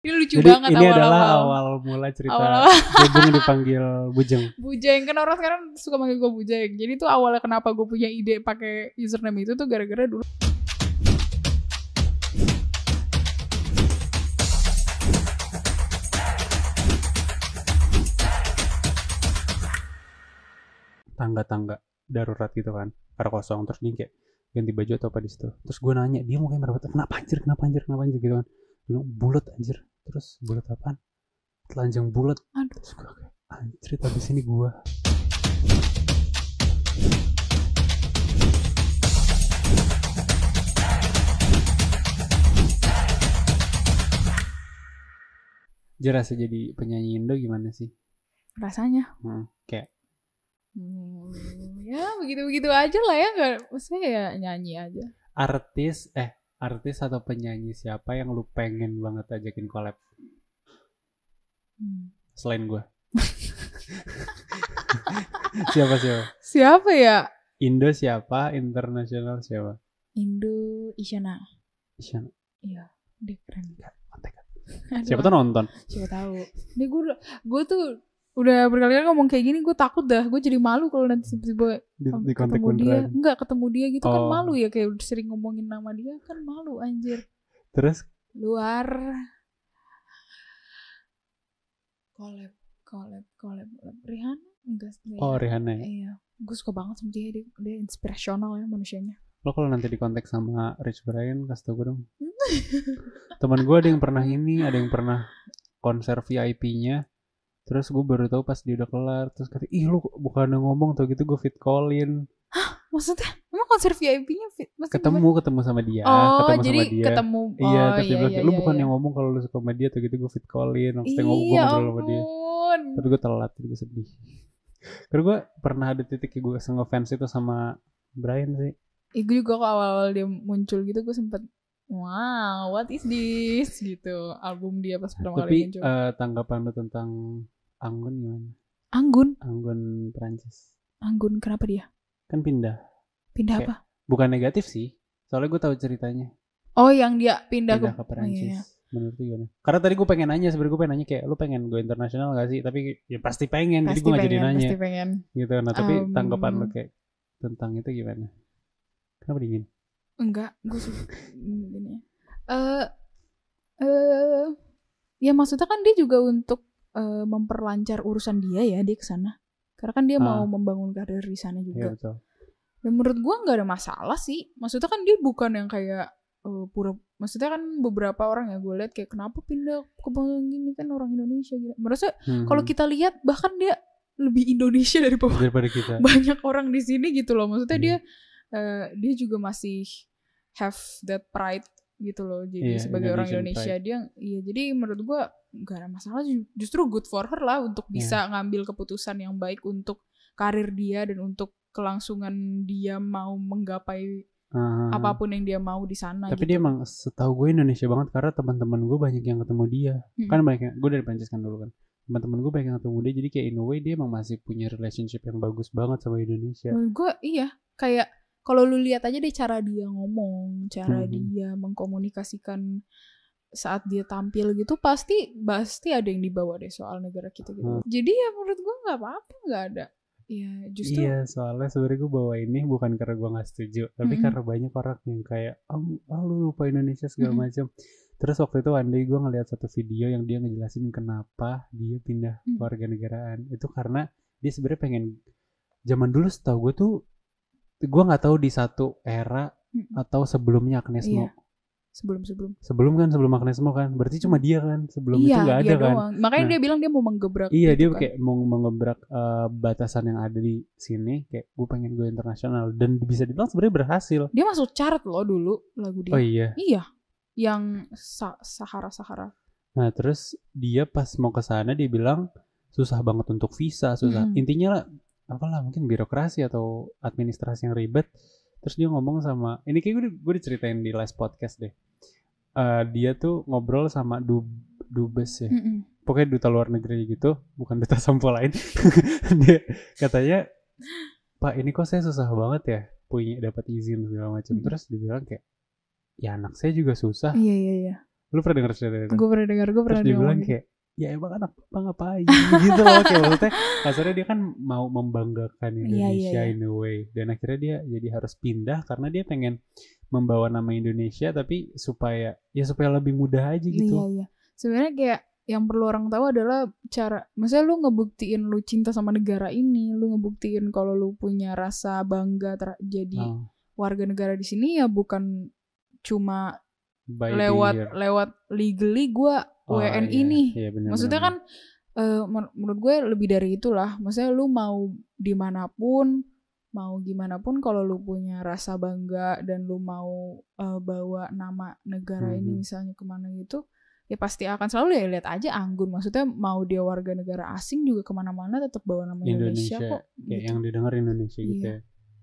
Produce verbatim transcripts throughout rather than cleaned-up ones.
Ini lucu Jadi banget ini awal-awal. adalah awal mula cerita Awal-awal. Bubung dipanggil Bujeng. Bujeng, kan orang sekarang suka manggil gue Bujeng. Jadi tuh awalnya kenapa gue punya ide pakai username itu tuh gara-gara dulu. Tangga-tangga darurat gitu kan, pada kosong, terus dia kayak ganti baju atau apa di situ. Terus gue nanya, dia mukanya merah banget, kenapa anjir, kenapa anjir, kenapa anjir gitu kan. Dia bilang, bulat anjir. Terus bulat apaan? Telanjang bulat. Terus gue kayak, anjir, habis ini gue. Jerasa jadi penyanyi Indo gimana sih? Rasanya? Hmm, kayak Hmm, ya begitu-begitu aja lah ya, nggak, maksudnya ya nyanyi aja. Artis, eh artis atau penyanyi siapa yang lu pengen banget ajakin collab? Hmm. Selain gue. Siapa siapa? Siapa ya? Indo siapa? Internasional siapa? Indo Isyana. Isyana. Iya, dia keren. Siapa tuh nonton? Siapa tahu. Ini gue, gue tuh udah berkali-kali ngomong kayak gini, gue takut dah, gue jadi malu kalau nanti tiba-tiba di, di ketemu beneran. dia, enggak ketemu dia gitu. Oh. Kan malu ya, kayak udah sering ngomongin nama dia kan malu anjir. Terus luar collab collab collab collab Rihanna enggak, enggak oh ya. Rihanna ya? Iya, gue suka banget sama dia, dia, dia inspirasional ya manusianya. Lo kalau nanti di kontak sama Rich Brian kasih tau gue dong. Teman gue ada yang pernah ini, ada yang pernah konser V I P-nya. Terus gue baru tahu pas dia udah kelar. Terus kata, ih lu bukan ngomong tau gitu gue fit call-in. Hah? Maksudnya? Emang konser V I P-nya fit? Ketemu, gimana? ketemu sama dia. Oh, ketemu jadi sama dia. ketemu. Oh, iya, tapi iya, bilang, iya, lu iya, bukan iya. yang ngomong kalau lu suka sama dia tau gitu gue fit call-in. Maksudnya iya, gue ngobrol sama dia. Ampun. Tapi gue telat, jadi gue sedih. Karena gue pernah ada titik gue ngefans itu sama Brian sih. Eh, gue juga kok awal-awal dia muncul gitu gue sempet, wow, what is this gitu, album dia pas pertama kali muncul. Tapi uh, tanggapan lu tentang Anggun gimana? Anggun? Anggun Perancis. Anggun kenapa dia? Kan pindah. Pindah kayak, apa? Bukan negatif sih, soalnya gue tahu ceritanya. Oh, yang dia pindah, pindah ke, ke Perancis. Oh, iya. Menurut lu gimana? Karena tadi gue pengen nanya, sebenarnya gue pengen nanya kayak lu pengen go internasional gak sih? Tapi ya pasti pengen, pasti jadi gue gak pengen, jadi nanya. Pasti pengen. Gitu. Nah tapi um, tanggapan lu kayak tentang itu gimana? Kenapa dingin? Enggak, gue suka gini. Eh, eh, ya maksudnya kan dia juga untuk uh, memperlancar urusan dia ya, dia kesana. Karena kan dia ah. mau membangun karir di sana juga. Iya, betul. Dan menurut gue nggak ada masalah sih. Maksudnya kan dia bukan yang kayak uh, pura. Maksudnya kan beberapa orang ya gue lihat kayak kenapa pindah ke Bangladesh gini kan orang Indonesia gitu. Merasa hmm. kalau kita lihat bahkan dia lebih Indonesia daripada, daripada kita. Banyak orang di sini gitu loh. Maksudnya hmm. dia uh, dia juga masih have that pride gitu loh. Jadi yeah, sebagai Indonesian orang Indonesia pride. Dia iya jadi menurut gue gak ada masalah, justru good for her lah untuk bisa yeah. ngambil keputusan yang baik untuk karir dia dan untuk kelangsungan dia mau menggapai uh, apapun yang dia mau di sana. Tapi gitu. Dia emang setahu gue Indonesia banget karena teman-teman gue banyak yang ketemu dia. Hmm. Kan banyak yang, gue dari Prancis kan dulu kan. Teman-teman gue banyak yang ketemu dia, jadi kayak in a way dia emang masih punya relationship yang bagus banget sama Indonesia. Menurut gue iya, kayak kalau lu lihat aja deh cara dia ngomong, cara hmm. dia mengkomunikasikan saat dia tampil gitu, pasti pasti ada yang dibawa deh soal negara kita gitu. Hmm. Jadi ya menurut gue nggak apa-apa, nggak ada. Ya justru. Iya, soalnya sebenarnya gue bawa ini bukan karena gue nggak setuju, tapi mm-hmm. karena banyak orang yang kayak, oh, oh lu lupa Indonesia segala mm-hmm. macam. Terus waktu itu one day gue ngeliat satu video yang dia ngejelasin kenapa dia pindah mm-hmm. warga negaraan. Itu karena dia sebenarnya pengen, zaman dulu setahu gue tuh, gue nggak tahu di satu era mm-hmm. atau sebelumnya Agnes Mo. Iya. Sebelum-sebelum. Sebelum kan, sebelum Agnes Mo kan. Berarti cuma dia kan. Sebelum iya, itu gak ada kan. Doang. Makanya nah, dia bilang dia mau menggebrak. Iya, gitu dia kan. kayak mau mengebrak uh, batasan yang ada di sini. Kayak gue pengen go internasional. Dan bisa dibilang sebenarnya berhasil. Dia masuk chart loh dulu lagu dia. Oh iya? Iya. Yang Sa- Sahara-Sahara. Nah terus dia pas mau ke sana dia bilang susah banget untuk visa. Susah. Hmm. Intinya lah, apalah mungkin birokrasi atau administrasi yang ribet. Terus dia ngomong sama, ini kayak gue, gue diceritain di last podcast deh. Uh, dia tuh ngobrol sama du, dubes ya. Mm-mm. Pokoknya duta luar negeri gitu, bukan duta sampo lain. Dia katanya, Pak ini kok saya susah banget ya punya dapat izin segala macam. Mm-hmm. Terus dia bilang kayak, ya anak saya juga susah. Iya iya iya. Lu pernah denger cerita itu? Gue pernah dengar, gue pernah Terus dia bilang kayak, ya emang anak bapak ngapain gitu loh, kayak maksudnya kasarnya dia kan mau membanggakan Indonesia Iya, iya, iya. in a way, dan akhirnya dia jadi harus pindah karena dia pengen membawa nama Indonesia tapi supaya ya supaya lebih mudah aja gitu. Iya, iya. Sebenarnya kayak yang perlu orang tahu adalah cara, maksudnya lu ngebuktiin lu cinta sama negara ini, lu ngebuktiin kalau lu punya rasa bangga ter- jadi Oh, warga negara di sini ya bukan cuma by lewat being here. lewat legally gue Oh, W N I iya, nih. iya, bener, Maksudnya bener, kan eh, men- menurut gue lebih dari itulah. Maksudnya lu mau dimanapun, mau gimana pun, kalau lu punya rasa bangga dan lu mau eh, bawa nama negara Mhm. ini misalnya kemana gitu, ya pasti akan selalu ya lihat aja Anggun. Maksudnya mau dia warga negara asing juga kemana-mana tetap bawa nama Indonesia, Indonesia, kok. kayak Gitu. yang didengar Indonesia gitu Iya. ya.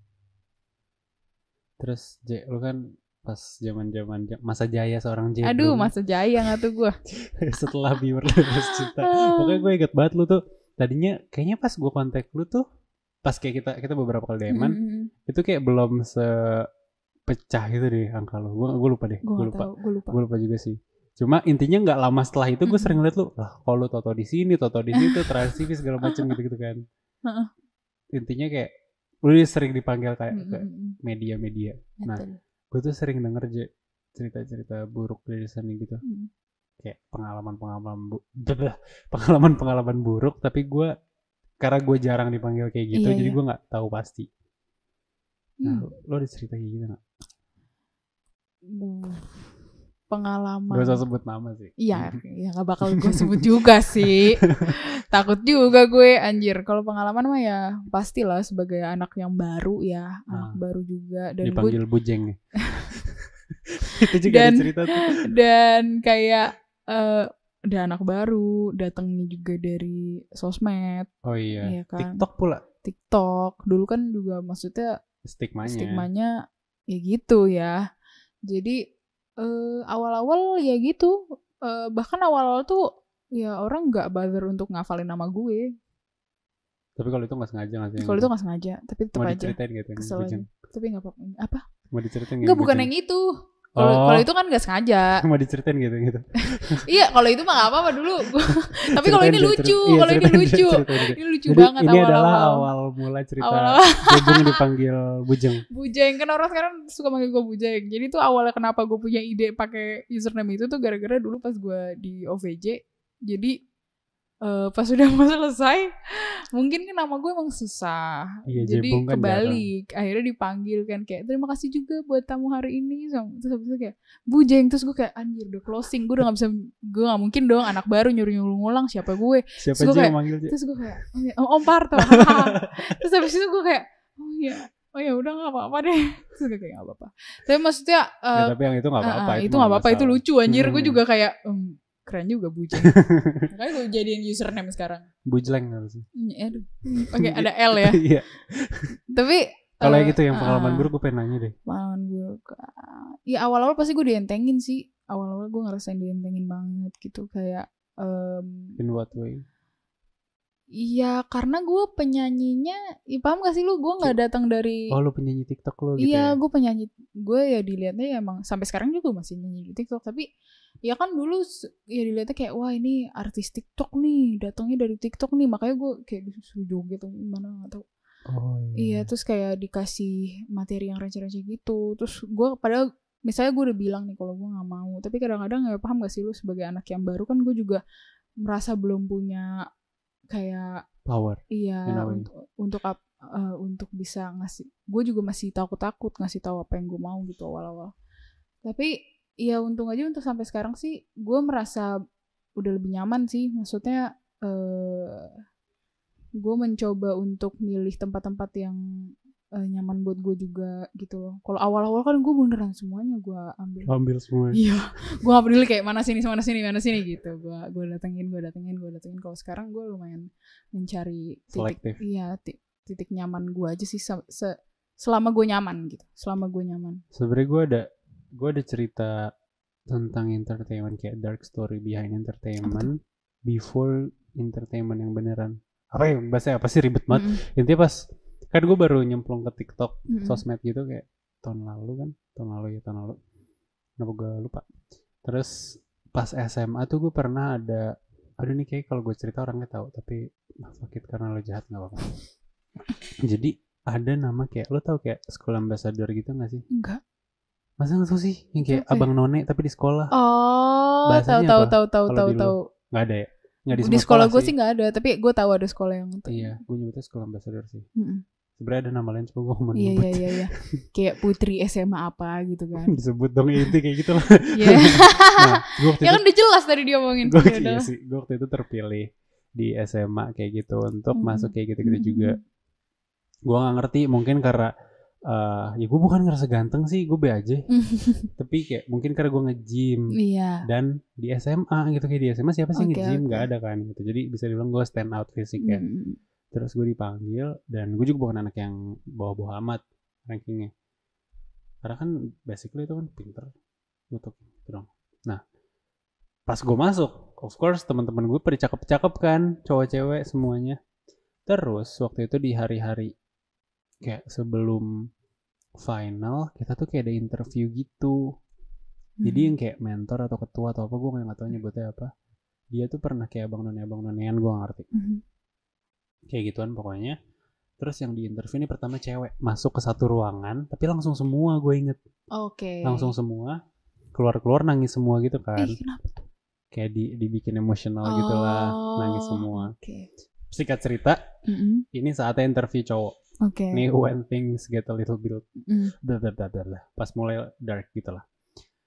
Terus J, lu kan pas zaman-zaman ja- masa jaya seorang J Aduh, Brung, masa jaya nggak tuh gue. setelah Bieber lulus cinta. Pokoknya gue inget banget lu tuh tadinya kayaknya pas gue kontak lu tuh pas kayak kita kita beberapa kali D M-an, itu kayak belum sepecah gitu deh angka lu. Gue gue lupa deh. Gue Gue nggak lupa. tahu, gue lupa. Gue lupa juga sih. Cuma intinya nggak lama setelah itu gue Mm-mm. sering liat lu, lah kalau lu toto di sini, toto di situ, Trans T V segala macam gitu-gitu kan. Heeh. Intinya kayak lu sering dipanggil kayak ke Mm-mm. media-media. Nah, Betul. gue tuh sering denger J, cerita-cerita buruk dari sana gitu. Mm. Kayak pengalaman-pengalaman bu- pengalaman-pengalaman buruk, tapi gue karena gue jarang dipanggil kayak gitu, Iya, jadi iya. gue nggak tahu pasti. Nah, Hmm. lo, lo ada cerita kayak gitu nggak? Uh, pengalaman. Gak usah sebut nama sih. Iya, ya nggak bakal gue sebut juga sih. Takut juga gue, anjir. Kalau pengalaman mah ya pastilah sebagai anak yang baru ya, anak Ah. baru juga, dan gue Dipanggil bujeng ya. Itu juga Dan- ada cerita tuh. dan kayak eh udah anak baru, datangnya juga dari sosmed, Oh iya. iya kan. TikTok pula TikTok dulu kan juga maksudnya stigmanya. stigmanya ya gitu ya. Jadi eh, awal-awal ya gitu, Eh, bahkan awal-awal tuh ya orang nggak bother untuk ngafalin nama gue. Tapi kalau itu nggak sengaja nggak sih? Kalau itu nggak sengaja, tapi tetap mau aja diceritain gitu yang kesel aja. bujeng? Tapi nggak apa-apa. Apa? Mau diceritain Nggak, bukan bujeng? yang itu. Kalau Oh. kalau itu kan nggak sengaja. Mau diceritain gitu gitu. Iya, kalau itu mah nggak apa-apa dulu. Tapi kalau ini Ceritain, lucu, ceritain. Iya, kalau ini ceritain, lucu, ceritain, ceritain. ini lucu Jadi banget ini adalah awal-awal. awal mula cerita Awal-awal. Bujeng dipanggil bujeng. Bujeng, kan orang sekarang suka manggil gue Bujeng. Jadi tuh awalnya kenapa gue punya ide pakai username itu tuh gara-gara dulu pas gue di O V J. Jadi eh, pas udah mau selesai, mungkin kan nama gue emang susah. Iya, Jadi Jebong kan kebalik, akhirnya dipanggil kan kayak terima kasih juga buat tamu hari ini. Terus habis itu kayak Bujeng, terus gue kayak anjir udah closing, gue udah nggak bisa, gue nggak mungkin dong anak baru nyuruh-nyuruh ngulang siapa gue. Siapa Terus gue aja yang kayak- manggil J? Terus gue kayak oh, iya, oh, Om Parto. Terus habis itu gue kayak oh iya, oh ya udah nggak apa-apa deh. Terus gue kayak nggak apa-apa. Tapi maksudnya Ya, eh, tapi yang itu nggak apa-apa. uh, uh, itu mah nggak apa-apa, itu masalah. lucu anjir. Gue Hmm. juga kayak um, keren juga Bujeng. Makanya gue jadiin username sekarang. Bujleng harusnya. Mm, Aduh, oke ada L ya. Iya. Tapi Kalau eh, yang gitu yang pengalaman uh, buruk gue pengen nanya deh. pengalaman buruk. ah, Ya awal-awal pasti gue dientengin sih. Awal-awal gue ngerasain dientengin banget gitu, kayak em, In what way? iya karena gue penyanyinya, ya paham gak sih lu, gue nggak datang dari Oh, lu penyanyi TikTok lu gitu iya, ya? gue penyanyi, gue ya dilihatnya ya emang sampai sekarang juga masih nyanyi di TikTok. Tapi ya kan dulu s- ya dilihatnya kayak wah ini artis TikTok nih, datangnya dari TikTok nih, makanya gue kayak disuruh joget atau gimana nggak tahu. Oh Iya, terus kayak dikasih materi yang receh-receh gitu. Terus gue padahal misalnya gue udah bilang nih kalau gue nggak mau, tapi kadang-kadang ya paham gak sih lu sebagai anak yang baru kan gue juga merasa belum punya kayak Power. iya In a way. untuk untuk ap- eh, untuk bisa ngasih, gue juga masih takut-takut ngasih tahu apa yang gue mau gitu awal-awal. Tapi ya untung aja untuk sampai sekarang sih gue merasa udah lebih nyaman sih. Maksudnya eh gue mencoba untuk milih tempat-tempat yang eh, nyaman buat gue juga gitu loh. Kalau awal-awal kan gue beneran semuanya gue ambil. Ambil semua. Iya, gue gak peduli kayak mana sini, mana sini, mana sini gitu. Gue gue datengin, gue datengin, gue datengin. Kalau sekarang gue lumayan mencari titik, Selektif. iya ti- titik nyaman gue aja sih. Se- se- selama gue nyaman gitu, selama gue nyaman. Sebenarnya gue ada gue ada cerita tentang entertainment, kayak dark story behind entertainment before entertainment yang beneran. Apa ya bahasanya, apa sih, ribet banget. Mm-mm. Intinya pas kan gue baru nyemplung ke TikTok Mm-mm. sosmed gitu kayak tahun lalu kan tahun lalu ya tahun lalu kenapa gue lupa. Terus pas S M A tuh gue pernah ada, aduh nih kayak kalau gue cerita orangnya tahu, tapi nah, sakit karena lo jahat nggak apa-apa. Jadi ada nama kayak, lo tau kayak school ambassador gitu nggak sih? Enggak. Masa nggak tahu sih yang kayak Apa ya? abang none tapi di sekolah? Oh, tahu Bahasanya tahu apa? tahu tahu Kalau tahu di lu? tahu. Nggak ada ya? Nggak di Di semua sekolah sekolah gue sih. sih nggak ada, tapi gue tahu ada sekolah yang itu. Iya, gue nyebutnya school ambassador sih. Mm-mm. Sebenarnya ada nama lain, coba gue mau Iya nyebut. iya iya iya. Kayak putri S M A apa gitu kan. Disebut dong inti kayak gitu lah. Iya. Nah, gue waktu Ya itu kan udah jelas tadi dia ngomongin. gue Ya iya udah. sih, gue waktu itu terpilih di S M A kayak gitu untuk Mm-mm. masuk kayak gitu-gitu Mm-mm. juga. Gue nggak ngerti, mungkin karena uh, ya gue bukan ngerasa ganteng sih, gue be aja. Tapi kayak mungkin karena gue nge-gym Iya. dan di S M A gitu, kayak di S M A siapa sih Oke, nge-gym? oke. Nggak ada kan gitu. Jadi bisa dibilang gue stand out fisik kan. Mm-mm. Terus gue dipanggil dan gue juga bukan anak yang bawa-bawa amat rankingnya. Karena kan basically itu kan pinter untuk gitu dong. Nah, pas gue masuk, of course teman-teman gue pada cakep-cakep kan, cowok-cewek semuanya. Terus waktu itu di hari-hari kayak sebelum final, kita tuh kayak ada interview gitu. Jadi yang kayak mentor atau ketua atau apa, gue nggak tahu nyebutnya apa. Dia tuh pernah kayak abang none abang nonean, gue nggak ngerti. Mm-hmm. Kayak gituan pokoknya. Terus yang di interview ini pertama cewek masuk ke satu ruangan, tapi langsung semua gue inget. Oke. Langsung semua keluar-keluar nangis semua gitu kan. Ih, kenapa tuh? Kayak di, dibikin emosional gitu lah, nangis semua. Oke. Singkat cerita, Mm-mm. ini saatnya interview cowok. Oke. Ini when things get a little bit Mm. blah, blah, blah, blah, blah. Pas mulai dark gitu lah.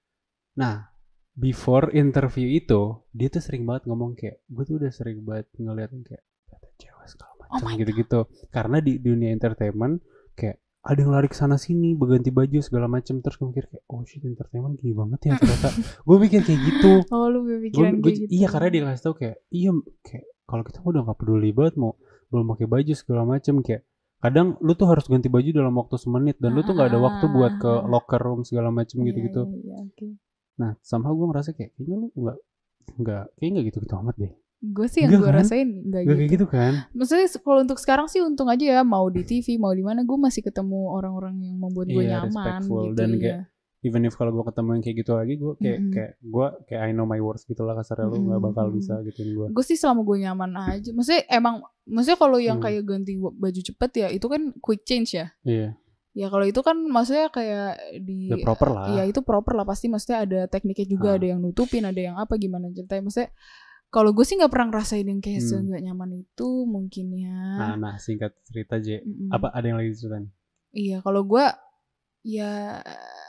Nah, before interview itu, dia tuh sering banget ngomong kayak, gue tuh udah sering banget ngeliatin kayak ada cewek segala macam Oh my gitu-gitu. Karena di dunia entertainment kayak ada yang lari ke sana sini, berganti baju segala macam. Terus gue mikir kayak, oh shit, entertainment gini banget ya ternyata. Gue mikir kayak gitu. Oh, lu berpikiran Gua, gua, kayak gitu. Iya, karena dia ngasih tau kayak, iya kayak kalau kita udah gak peduli banget mau belum pakai baju segala macam, kayak kadang lu tuh harus ganti baju dalam waktu semenit dan lu tuh nggak ada waktu buat ke locker room segala macam Iya, gitu-gitu. Iya, iya, okay. Nah, somehow gue ngerasa kayak kayaknya lu nggak nggak kayak nggak gitu-gitu amat deh. Gue sih yang gue kan? rasain nggak gitu. Kayak gitu kan? Maksudnya kalau untuk sekarang sih untung aja ya, mau di T V mau di mana gue masih ketemu orang-orang yang membuat gue Iya, nyaman respectful. gitu. Dan iya. kayak even if kalau gue ketemu yang kayak gitu lagi, gue kayak Mm-mm. kayak gue kayak I know my worth gitu lah kasarnya. Lu nggak bakal Mm-mm. bisa gituin gue. Gue sih selama gue nyaman aja. Maksudnya emang, maksudnya kalau yang Hmm. kayak ganti baju cepet ya itu kan quick change ya. Iya. Ya kalau itu kan maksudnya kayak di Ya proper lah. ya itu proper lah, pasti maksudnya ada tekniknya juga, Ah. ada yang nutupin, ada yang apa gimana ceritanya. Maksudnya kalau gue sih nggak pernah ngerasain yang kayak Hmm. seenggak nyaman itu mungkin ya. Nah, nah singkat cerita J, Mm-mm. apa ada yang lagi diceritain? Iya, kalau gue ya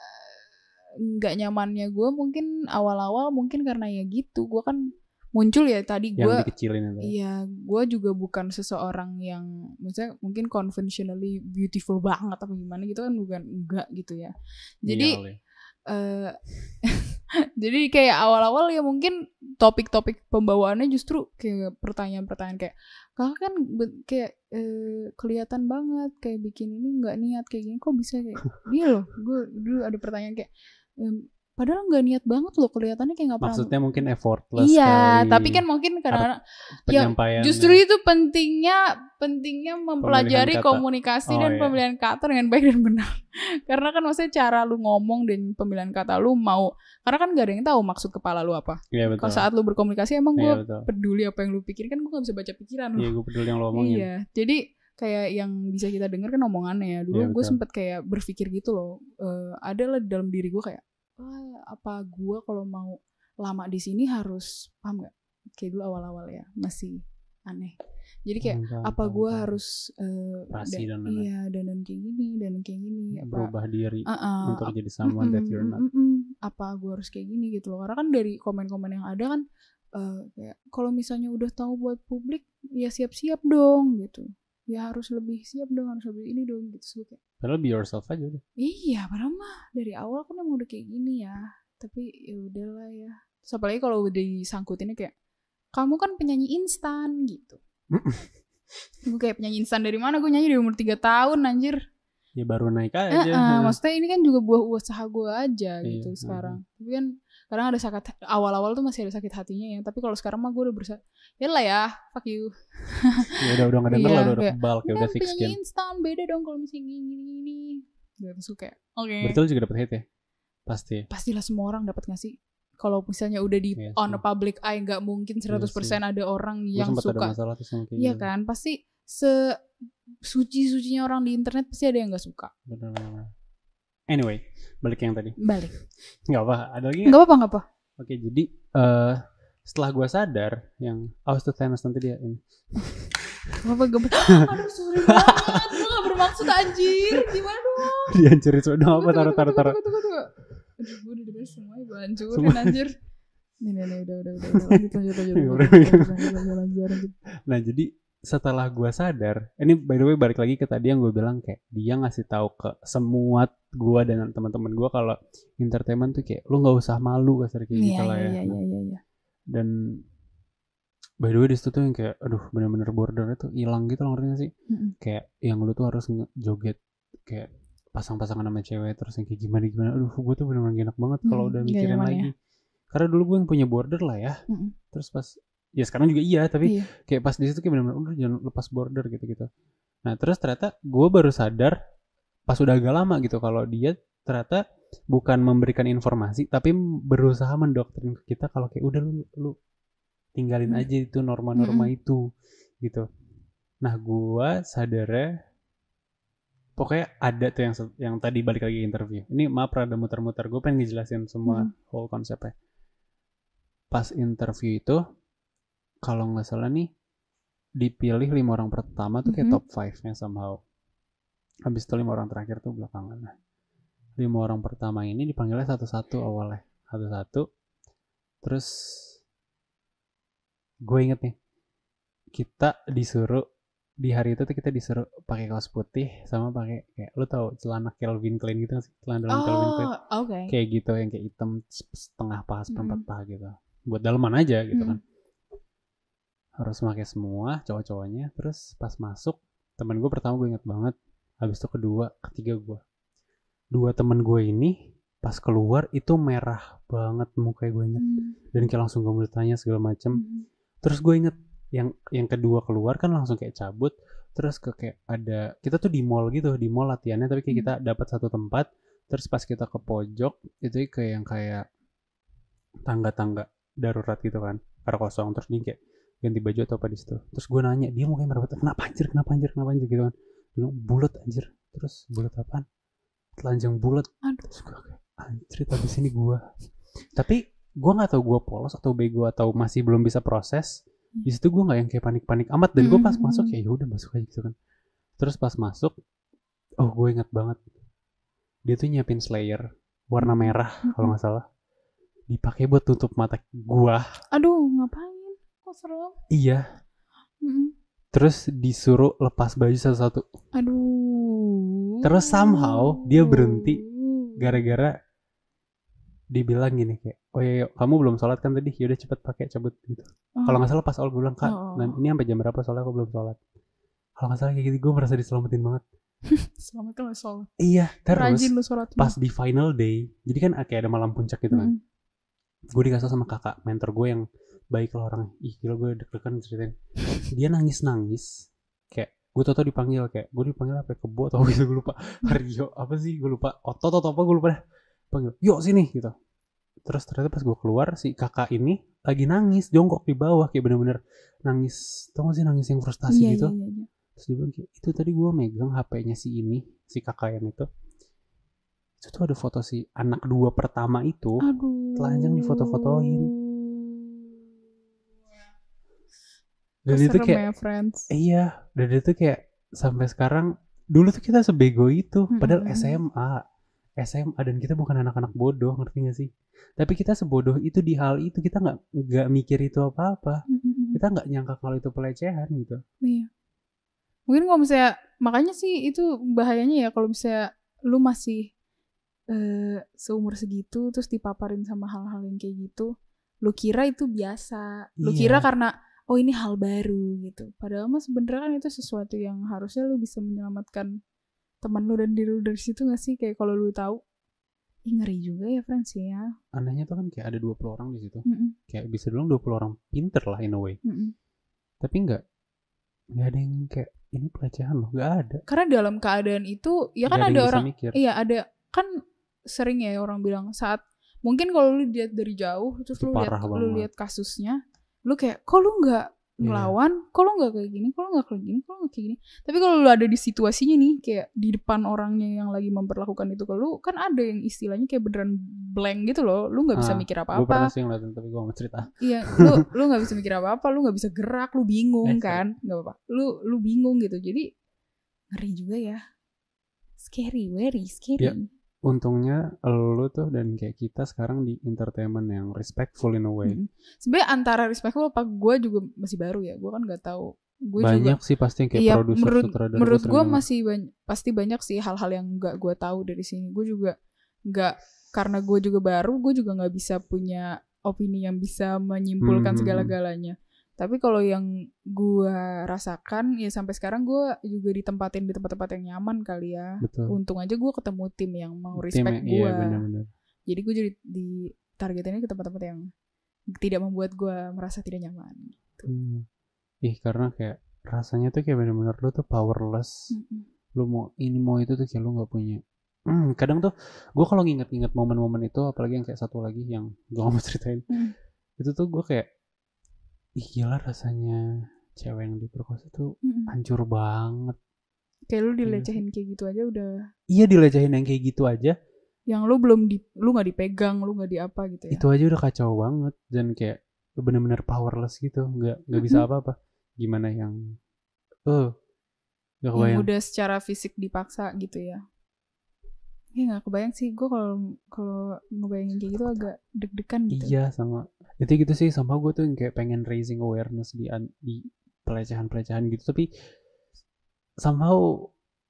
nggak nyamannya gue mungkin awal-awal mungkin karena ya gitu, gue kan muncul ya tadi gue. Yang dikecilin itu. Iya, gue juga bukan seseorang yang maksudnya mungkin conventionally beautiful banget apa gimana gitu kan, bukan enggak gitu ya. Jadi Iya, eh jadi kayak awal-awal ya mungkin topik-topik pembawaannya justru kayak pertanyaan-pertanyaan kayak kakak kan be- kayak eh, kelihatan banget kayak bikin ini nggak niat kayak gini, kok bisa kayak dia loh. Gue dulu ada pertanyaan kayak ehm, padahal nggak niat banget loh, kelihatannya kayak nggak pernah. Maksudnya mungkin effortless Iya, kali. tapi kan mungkin karena ya, penyampaiannya. justru itu pentingnya pentingnya mempelajari Pemilihan kata. komunikasi Oh, dan iya. pemilihan kata dengan baik dan benar. Karena kan maksudnya cara lu ngomong dan pemilihan kata lu mau, karena kan gak ada yang tahu maksud kepala lu apa. Iya betul. Kalau saat lu berkomunikasi emang gue Iya betul. peduli apa yang lu pikirin, kan gue gak bisa baca pikiran lu. Iya, gue peduli yang lo omongin. Iya, jadi kayak yang bisa kita dengar kan omongannya ya. Dulu Iya, gue betul. sempet kayak berpikir gitu loh. Uh, ada lah di dalam diri gue kayak, wah, apa gue kalau mau lama di sini harus, paham gak? Kayak dulu awal-awal ya masih aneh. Jadi kayak Paham, apa paham, gue paham. harus uh, Rasi dan lain-lain. iya dan dan kayak gini dan kayak gini apa berubah diri uh-uh, untuk jadi someone that you're not. Mm-mm, apa gue harus kayak gini gitu loh. Karena kan dari komen-komen yang ada kan uh, kayak kalau misalnya udah tahu buat publik ya siap-siap dong gitu. Ya harus lebih siap dong, harus lebih ini dong gitu. So, kayak, Padahal be yourself aja udah. iya, padahal mah dari awal kan emang udah kayak gini ya. Tapi ya udahlah ya. Terus apalagi kalau udah disangkutinnya kayak kamu kan penyanyi instan gitu. Gue kayak penyanyi instan dari mana? Gue nyanyi dari umur tiga tahun anjir. Ya baru naik aja. Eh, uh, maksudnya ini kan juga buah usaha gue aja gitu Iya, sekarang. Tapi kan kadang ada sakit, awal-awal tuh masih ada sakit hatinya ya. Tapi kalau sekarang mah gue udah berusaha, ya lah ya, fuck you. Ya udah udah nggak denger Iya, lah, udah udah kayak, kebal kayak Ini udah kan fix penyanyi kan. instan, beda dong kalau misalnya gini-gini. Gak terus gue kayak, oke. Betul juga dapet hate ya. Pasti. Pastilah semua orang dapat nggak sih? kalau misalnya udah di Yes, on a public eye nggak mungkin seratus persen Yes, ada orang Gue yang sempat suka. ada masalah tuh sama kayak Iya gitu. kan, pasti se suci-sucinya orang di internet pasti ada yang nggak suka. Benar-benar. Anyway, balik yang tadi. Balik. Nggak apa, ada lagi Nggak apa-apa, nggak apa. Oke, jadi uh, setelah gue sadar yang aus tuh tenis nanti dia ini. Apa gak ber... Aduh sorry banget, gue gak bermaksud anjir. Gimana dong? Dihancurin sudah apa taruh taruh taruh. Aduh gue udah denger semuanya gue hancurin anjir. Nih nih nih udah udah udah lanjut lanjut lanjut. Nah jadi setelah gue sadar, ini by the way balik lagi ke tadi yang gue bilang kayak dia ngasih tahu ke semua gue dan teman-teman gue kalau entertainment tuh kayak lu nggak usah malu kasar kayak gitu lah ya. Iya iya iya iya. Dan by the way di situ tuh yang kayak aduh bener-bener bordernya tuh hilang gitu loh, ngerti gak sih? Mm-hmm. Kayak yang lu tuh harus joget kayak pasang-pasangan sama cewek terus yang kayak gimana gimana. Aduh gue tuh bener-bener enak banget kalau mm, udah mikirin lagi. Ya. Karena dulu gue yang punya border lah ya. Mm-hmm. Terus pas ya sekarang juga iya tapi iya. Kayak pas di situ kayak bener-bener udah jangan lepas border gitu-gitu. Nah terus ternyata gue baru sadar pas udah agak lama gitu kalau dia ternyata bukan memberikan informasi tapi berusaha mendoktrin kita kalau kayak udah lu lu tinggalin hmm. aja itu norma-norma hmm. itu gitu. Nah gue sadarnya pokoknya ada tuh yang yang tadi balik lagi interview. Ini maaf rada muter-muter, gue pengen ngejelasin semua hmm. whole konsepnya. Pas interview itu kalau nggak salah nih dipilih lima orang pertama tuh kayak mm-hmm. top five-nya somehow. Habis itu lima orang terakhir tuh belakangan. Nah, lima orang pertama ini dipanggilnya satu-satu awalnya, satu-satu. Terus gue inget nih, kita disuruh di hari itu tuh kita disuruh pakai kaos putih sama pakai kayak lu tau celana Calvin Klein gitu sih, celana dalam oh, Calvin Klein. Okay. Kayak gitu yang kayak hitam setengah paha, seperempat paha mm. gitu. Buat daleman aja gitu mm. kan. Harus pakai semua cowok-cowoknya. Terus pas masuk temen gue pertama gue inget banget. Habis itu kedua, ketiga gue. Dua temen gue ini pas keluar itu merah banget mukanya gue inget. Mm. Dan kayak langsung gue bertanya segala macem. Mm. Terus gue inget yang yang kedua keluar kan langsung kayak cabut. Terus ke kayak ada kita tuh di mall gitu, di mall latihannya tapi kayak mm. kita dapat satu tempat. Terus pas kita ke pojok itu kayak yang kayak tangga-tangga darurat gitu kan, karena kosong. Terus dia kayak ganti baju atau apa di situ. Terus gue nanya, dia mukanya merah banget. Kenapa anjir? Kenapa anjir? Kenapa anjir gitu kan? Dia bilang bulat anjir. Terus bulat apaan? Telanjang bulat. Terus gue kayak anjir habis ini gue. Tapi gue nggak tahu gue polos atau bego atau masih belum bisa proses. Di situ gue nggak yang kayak panik-panik amat dan gue pas mm-hmm. masuk ya udah masuk aja gitu kan. Terus pas masuk, oh gue ingat banget. Dia tuh nyiapin Slayer warna merah mm-hmm. kalau nggak salah. Dipakai buat tutup mata gue. Aduh ngapain? Serem. Iya. Mm-hmm. Terus disuruh lepas baju satu-satu. Aduh. Terus somehow dia berhenti gara-gara dibilang gini kayak, oh iya, yuk, kamu belum sholat kan tadi? Yaudah cepet pakai cabut gitu. Oh. Kalau nggak salah pas awal gue bilang kak, oh. nah, ini sampai jam berapa soalnya aku belum sholat. Kalau nggak salah kayak gitu gue merasa diselamatin banget. Selamat kan lo sholat. Iya. Terus lu sholat pas di final day, jadi kan kayak ada malam puncak gitu kan. Mm. Gue dikasih sama kakak mentor gue yang baik lah orangnya. Ih gila gue deg-degan ceritain. Dia nangis-nangis. Kayak gue tau-tau dipanggil. Kayak gue dipanggil apa ya, Kebo atau gitu gue lupa. Haryo apa sih gue lupa. Otot atau apa gue lupa dah. Panggil yuk sini gitu. Terus ternyata pas gue keluar si kakak ini lagi nangis. Jongkok di bawah. Kayak bener-bener nangis. Tau gak sih nangis yang frustasi yeah, gitu. Yeah, yeah, yeah. Terus dia bilang kayak itu tadi gue megang H P-nya si ini. Si kakak yang itu. Itu tuh ada foto si anak dua pertama itu. Aduh. Telanjang di foto-fotoin. Dan itu kayak, ya, eh, iya, dan itu kayak sampai sekarang, dulu tuh kita sebego itu, padahal mm-hmm. S M A, S M A dan kita bukan anak-anak bodoh, ngerti gak sih? Tapi kita sebodoh itu di hal itu, kita nggak nggak mikir itu apa-apa, mm-hmm. kita nggak nyangka kalau itu pelecehan gitu. Iya, mungkin kalau misalnya, makanya sih itu bahayanya ya kalau misalnya lu masih uh, seumur segitu, terus dipaparin sama hal-hal yang kayak gitu, lu kira itu biasa, lu iya. kira karena oh ini hal baru gitu. Padahal mah sebenarnya kan itu sesuatu yang harusnya lu bisa menyelamatkan teman lu dan diri lu dari situ gak sih? Kayak kalau lu tahu, ih ngeri juga ya friends ya. Anehnya tuh kan kayak ada dua puluh orang di situ. Mm-mm. Kayak bisa bilang dua puluh orang pinter lah in a way. Mm-mm. Tapi enggak, enggak ada yang kayak ini pelecehan loh, enggak ada. Karena dalam keadaan itu, ya kan gak ada, ada orang, mikir. Iya ada, kan sering ya orang bilang saat mungkin kalau lu lihat dari jauh terus lu lihat lu lihat kasusnya, lu kayak kok lu nggak ngelawan, yeah. kok lu nggak kayak gini, kok lu nggak kayak gini, kok lu nggak kayak gini. Tapi kalau lu ada di situasinya nih, kayak di depan orangnya yang lagi memperlakukan itu ke lu, kan ada yang istilahnya kayak beneran blank gitu loh, lu nggak bisa ah, mikir apa-apa. Gue pernah sih ngeliatin, tapi gue mau cerita. Iya, lu lu nggak bisa mikir apa-apa, lu nggak bisa gerak, lu bingung eh, kan, nggak apa-apa. Lu lu bingung gitu, jadi ngeri juga ya, scary, very scary. Ya, untungnya lu tuh dan kayak kita sekarang di entertainment yang respectful in a way. Hmm. Sebenarnya antara respectful apa gue juga masih baru ya, gue kan nggak tahu. Gua banyak juga, sih pasti yang kayak iya, produser menurut, sutradara. Menurut gue masih banyak, pasti banyak sih hal-hal yang nggak gue tahu dari sini. Gue juga nggak, karena gue juga baru, gue juga nggak bisa punya opini yang bisa menyimpulkan hmm. segala-galanya. Tapi kalau yang gue rasakan ya sampai sekarang gue juga ditempatin di tempat-tempat yang nyaman kali ya. Betul. Untung aja gue ketemu tim yang mau respect gue. Iya, bener-bener. Jadi gue jadi di targetinnya ke tempat-tempat yang tidak membuat gue merasa tidak nyaman. Gitu. Hmm. Ih karena kayak rasanya tuh kayak bener-bener lu tuh powerless. Mm-mm. Lu mau ini mau itu tuh kayak lu nggak punya. Hmm, kadang tuh gue kalau nginget-nginget momen-momen itu, apalagi yang kayak satu lagi yang gue gak mau ceritain, mm. itu tuh gue kayak ih gila rasanya cewek yang diperkosa tuh mm-mm. hancur banget. Kayak lu dilecehin kayak gitu aja udah. Iya dilecehin yang kayak gitu aja. Yang lu belum di, lu nggak dipegang, lu nggak di apa gitu ya. Itu aja udah kacau banget dan kayak lu bener-bener powerless gitu, nggak nggak bisa mm-hmm. apa-apa. Gimana yang, oh, nggak kebayang. Yang udah secara fisik dipaksa gitu ya. Ya nggak kebayang sih, gue kalau kalau ngebayangin kayak gitu agak deg-degan gitu. Iya sama. Itu gitu sih sama gue tuh kayak pengen raising awareness di di pelecehan-pelecehan gitu, tapi somehow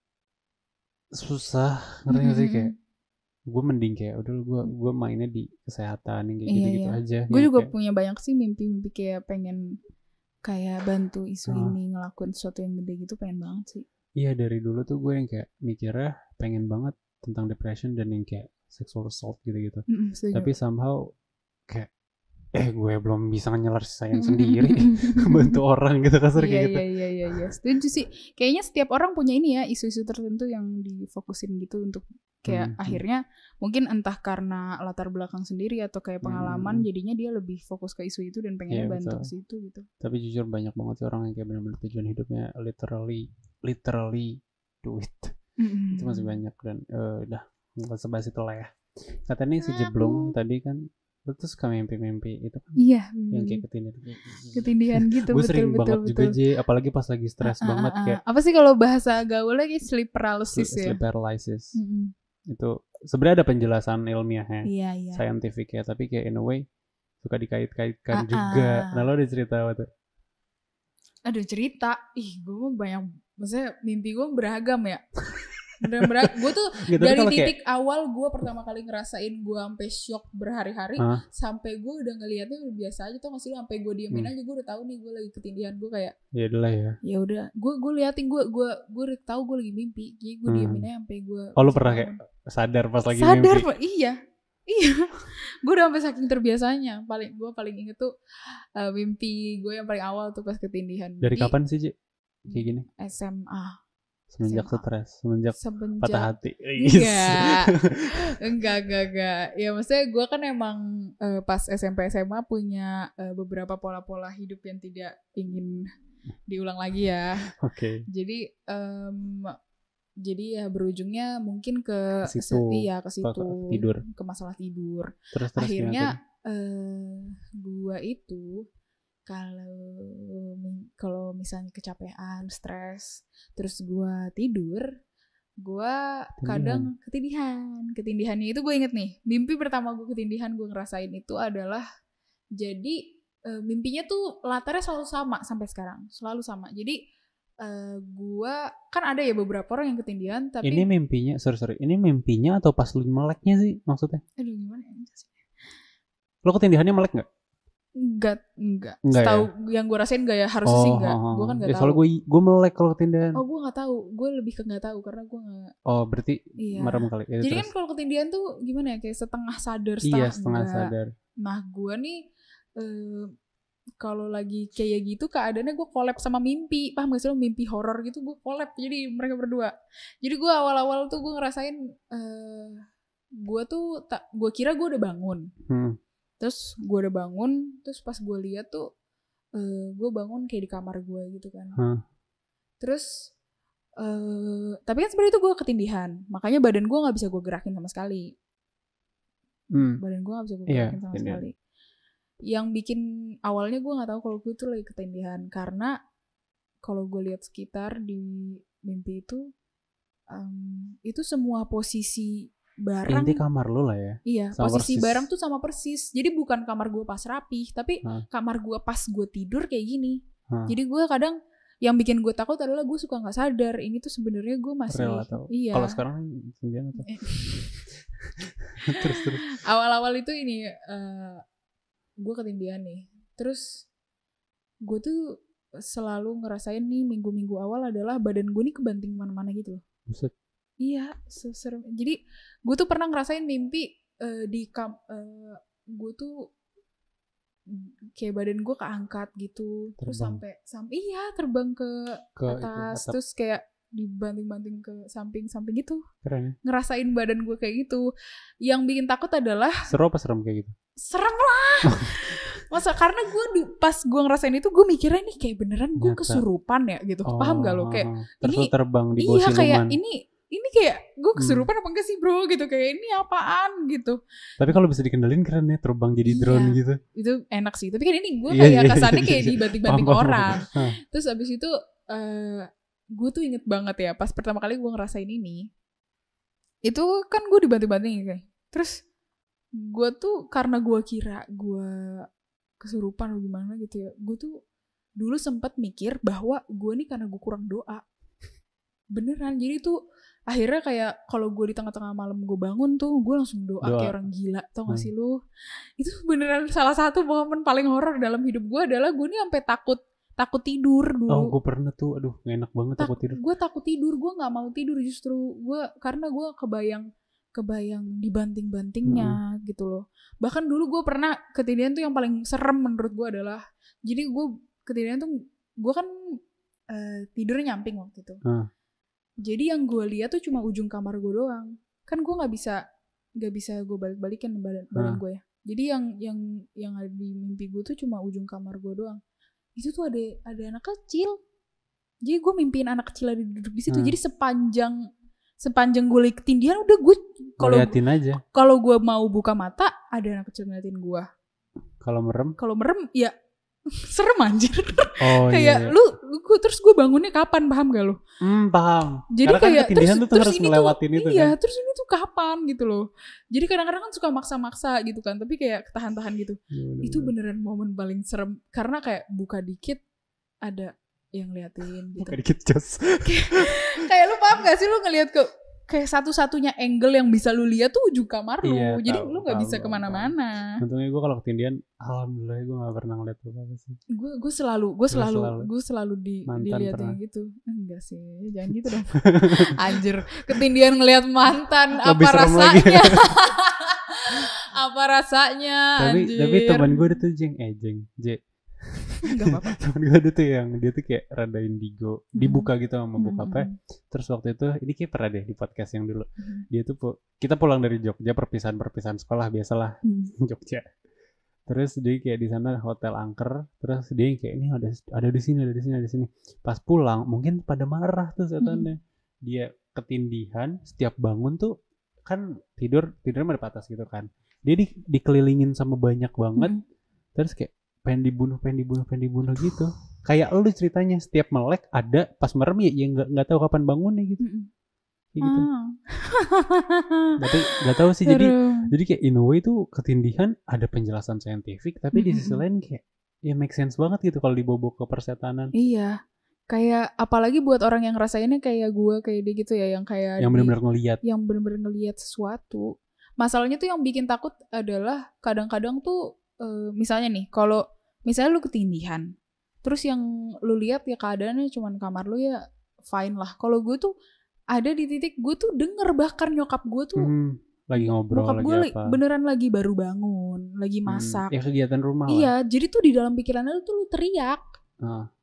susah, ngerti mm-hmm. sih kayak gue mending kayak udah gue gue mainnya di kesehatan yang kayak iya, gitu-gitu iya. aja. Gue juga kayak, punya banyak sih mimpi-mimpi kayak pengen kayak bantu isu uh, ini ngelakuin sesuatu yang gede gitu, pengen banget sih. Iya dari dulu tuh gue yang kayak mikirnya pengen banget tentang depression dan yang kayak sexual assault gitu-gitu. Mm-hmm, tapi somehow kayak eh gue belum bisa nyelesain sendiri bantu orang gitu kasar kayak gitu. Iya iya iya iya. Setuju sih. Kayaknya setiap orang punya ini ya, isu-isu tertentu yang difokusin gitu untuk kayak hmm. akhirnya mungkin entah karena latar belakang sendiri atau kayak pengalaman hmm. jadinya dia lebih fokus ke isu itu dan pengennya yeah, bantu ke situ gitu. Tapi jujur banyak banget sih orang yang kayak benar-benar tujuan hidupnya literally literally do it. Mm-hmm. Itu masih banyak dan uh, udah nggak sebahas itu lah ya. Katanya si Jeblong tadi kan terus suka mimpi-mimpi itu kan. Iya. Yang kayak ketindihan. Ketindihan gitu. Gue betul, sering betul, banget betul, juga betul. J, apalagi pas lagi stres uh, banget uh, uh, kayak. Apa sih kalau bahasa gaulnya kayak sleep paralysis sleep ya? Sleep paralysis. Mm-hmm. Itu sebenarnya ada penjelasan ilmiahnya, iya, iya. scientific ya, tapi kayak in a way suka dikait-kaitkan uh, juga. Uh. Nah lo ada cerita apa tuh? Aduh cerita, ih gue banyak, maksudnya mimpi gue beragam ya. Bener-bener gue tuh gitu, dari titik kayak... awal gue pertama kali ngerasain gue sampai shock berhari-hari huh? Sampai gue udah ngelihatnya udah biasa aja tuh masih sampai gue diemin hmm. aja gue udah tahu nih gue lagi ketindihan, gue kayak ya udah ya ya udah gue gue liatin gue gue gue udah tahu gue lagi mimpi, jadi gue hmm. diemin aja sampai gue oh lu pernah kayak sadar pas lagi sadar, mimpi sadar iya iya gue udah sampai saking terbiasanya. Paling gue paling inget tuh uh, mimpi gue yang paling awal tuh pas ketindihan. Dari jadi, kapan sih Ci kayak gini? S M A. Semenjak stres, semenjak, semenjak patah hati. Enggak, enggak, enggak, enggak. Ya maksudnya gue kan emang uh, pas S M P S M A punya uh, beberapa pola-pola hidup yang tidak ingin diulang lagi ya. Oke. Okay. Jadi, um, jadi ya berujungnya mungkin ke situ, se- iya ke situ, tidur, ke masalah tidur. Terus, terus akhirnya uh, gue itu kalau kalau misalnya kecapean, stres, terus gue tidur, gue kadang ketindihan. Ketindihannya itu gue inget nih, mimpi pertama gue ketindihan gue ngerasain itu adalah jadi e, mimpinya tuh latarnya selalu sama sampai sekarang, selalu sama. Jadi e, gue kan ada ya beberapa orang yang ketindihan, tapi ini mimpinya, sorry sorry, ini mimpinya atau pas lu meleknya sih maksudnya? Aduh gimana ya? Lo ketindihannya melek nggak? Enggak, enggak. Setahu ya? Yang gue rasain enggak ya, harusnya oh, sih enggak. Gue kan enggak ya, tahu. Soalnya gue gue melek kalau ketindihan. Oh, gue enggak tahu. Gue lebih ke enggak tahu karena gue enggak. Oh, berarti iya. merem kali. Ya, jadi terus. Kan kalau ketindihan tuh gimana ya, kayak setengah sadar, setengah iya, setengah enggak. sadar. Nah, gue nih eh, kalau lagi kayak gitu keadaannya gue collab sama mimpi. Paham gak sih lo, mimpi horor gitu gue collab jadi mereka berdua. Jadi gue awal-awal tuh gue ngerasain eh gue tuh tak gue kira gue udah bangun. Hmm. Terus gue udah bangun, terus pas gue lihat tuh uh, gue bangun kayak di kamar gue gitu kan. Hmm. Terus uh, tapi kan sebenarnya itu gue ketindihan, makanya badan gue nggak bisa gue gerakin sama sekali. Hmm. Badan gue nggak bisa gue gerakin yeah, sama tindihan. sekali. Yang bikin awalnya gue nggak tahu kalau gue tuh lagi ketindihan karena kalau gue lihat sekitar di mimpi itu, um, itu semua posisi barang. Inti kamar lu lah ya. Iya, sama posisi persis. Barang tuh sama persis. Jadi bukan kamar gue pas rapi, tapi hmm. kamar gue pas gue tidur kayak gini. Hmm. Jadi gue kadang yang bikin gue takut adalah gue suka nggak sadar ini tuh sebenarnya gue masih. Real atau? Iya. Kalau sekarang sendirian atau? terus terus. Awal-awal itu ini uh, gue ketindihan nih. Terus gue tuh selalu ngerasain nih minggu-minggu awal adalah badan gue nih kebanting mana-mana gitu loh. Buset. Iya, serem. Jadi gue tuh pernah ngerasain mimpi uh, di kam, uh, gue tuh kayak badan gue keangkat gitu, terbang. Terus sampai sampai iya terbang ke, ke atas, itu, terus kayak dibanting-banting ke samping-samping gitu. Keren. Ngerasain badan gue kayak gitu. Yang bikin takut adalah. Seru apa serem kayak gitu? Serem lah. Masa karena gue pas gue ngerasain itu gue mikirnya ini kayak beneran gue kesurupan ya gitu. Oh, paham gak lo kayak ini terbang di bawah iya siluman. Kayak ini ini kayak gue kesurupan hmm. apa enggak sih bro gitu, kayak ini apaan gitu. Tapi kalau bisa dikendalin keren ya, terbang jadi iya, drone gitu. Itu enak sih. Tapi kan ini gue kayak yeah, kesannya yeah, kayak yeah. dibanting-banting orang. Terus abis itu uh, gue tuh inget banget ya pas pertama kali gue ngerasain ini. Itu kan gue dibanting-banting kayak. Terus gue tuh karena gue kira gue kesurupan atau gimana gitu ya, gue tuh dulu sempat mikir bahwa gue nih karena gue kurang doa. Beneran, jadi tuh akhirnya kayak kalau gue di tengah-tengah malam gue bangun tuh gue langsung doa, doa. Kayak orang gila, tau gak hmm. sih lu? Itu beneran salah satu momen paling horor dalam hidup gue adalah gue nih sampai takut takut tidur dulu. Oh, gue pernah tuh, aduh gak enak banget Ta- takut tidur. Gue takut tidur, gue nggak mau tidur justru gue karena gue kebayang kebayang dibanting-bantingnya hmm. gitu loh. Bahkan dulu gue pernah ketindihan tuh yang paling serem menurut gue adalah, jadi gue ketindihan tuh gue kan uh, tidurnya nyamping waktu itu. Hmm. Jadi yang gue lihat tuh cuma ujung kamar gue doang. Kan gue nggak bisa nggak bisa gue balik-balikin badan badan hmm. gue ya. Jadi yang yang yang ada di mimpi gue tuh cuma ujung kamar gue doang. Itu tuh ada ada anak kecil. Jadi gue mimpiin anak kecil ada duduk di situ. Hmm. Jadi sepanjang sepanjang gue lagi ketindihan udah gue kalau kalau gue mau buka mata ada anak kecil ngeliatin gue. Kalau merem? Kalau merem ya serem anjir. Oh, kayak iya, iya. lu, lu terus gue bangunnya kapan, paham gak lu? Hmm, paham. Jadi karena kayak kan terus, tuh terus harus ngelewatin tuh, itu iya, kan. Terus ini tuh kapan gitu loh. Jadi kadang-kadang kan suka maksa-maksa gitu kan, tapi kayak ketahan-tahan gitu. Ya, itu beneran momen paling serem karena kayak buka dikit ada yang liatin gitu. Buka dikit jos. kayak, kayak lu paham gak sih lu ngeliat ke kayak satu-satunya angle yang bisa lu lihat tuh ujung kamar lu. Iya, jadi tahu, lu gak tahu, bisa kemana-mana. Untungnya gue kalau ketindihan, alhamdulillah gue gak pernah ngeliat apa sih. Gue gue selalu, gue selalu, gue selalu di dilihatin gitu. Enggak sih, jangan gitu dong. Anjir, ketindihan ngelihat mantan, lebih apa rasanya? Apa rasanya? Tapi anjir. Tapi teman gue tuh jeng, eh jeng, J. Enggak apa-apa. Temen gue ada tuh yang dia tuh kayak rada indigo, hmm. dibuka gitu sama bokapnya. Hmm. Terus waktu itu ini kayak pernah deh di podcast yang dulu. Hmm. Dia tuh pu- kita pulang dari Jogja, perpisahan-perpisahan sekolah biasalah hmm. Jogja. Terus dia kayak di sana hotel angker, terus dia kayak ini ada ada di sini, ada di sini, ada di sini. Pas pulang mungkin pada marah tuh setannya. Hmm. Dia ketindihan, setiap bangun tuh kan tidur tidurnya ada atas gitu kan. Dia di, dikelilingin sama banyak banget. Hmm. Terus kayak pengen dibunuh, pengen dibunuh, pengen dibunuh gitu. Kayak lu ceritanya setiap melek ada, pas merem ya nggak nggak tahu kapan bangunnya gitu. Kayak gitu. Tapi nggak tahu sih. Jadi jadi kayak in a way tuh ketindihan ada penjelasan saintifik, tapi mm-hmm. di sisi lain kayak ya make sense banget gitu kalau dibawa ke persetanan. Iya. Kayak apalagi buat orang yang ngerasainnya kayak gue, kayak dia gitu ya, yang kayak yang benar-benar ngelihat, yang benar-benar ngelihat sesuatu. Masalahnya tuh yang bikin takut adalah kadang-kadang tuh uh, misalnya nih kalau misalnya lu ketindihan, terus yang lu lihat ya keadaannya cuman kamar lu ya fine lah. Kalau gue tuh ada di titik gue tuh denger bahkan nyokap gue tuh hmm, lagi ngobrol, nyokap lagi gue apa? Beneran lagi baru bangun, lagi masak. Hmm, ya kegiatan rumah. Iya, lah. Jadi tuh di dalam pikiran lu tuh lu teriak. Ah.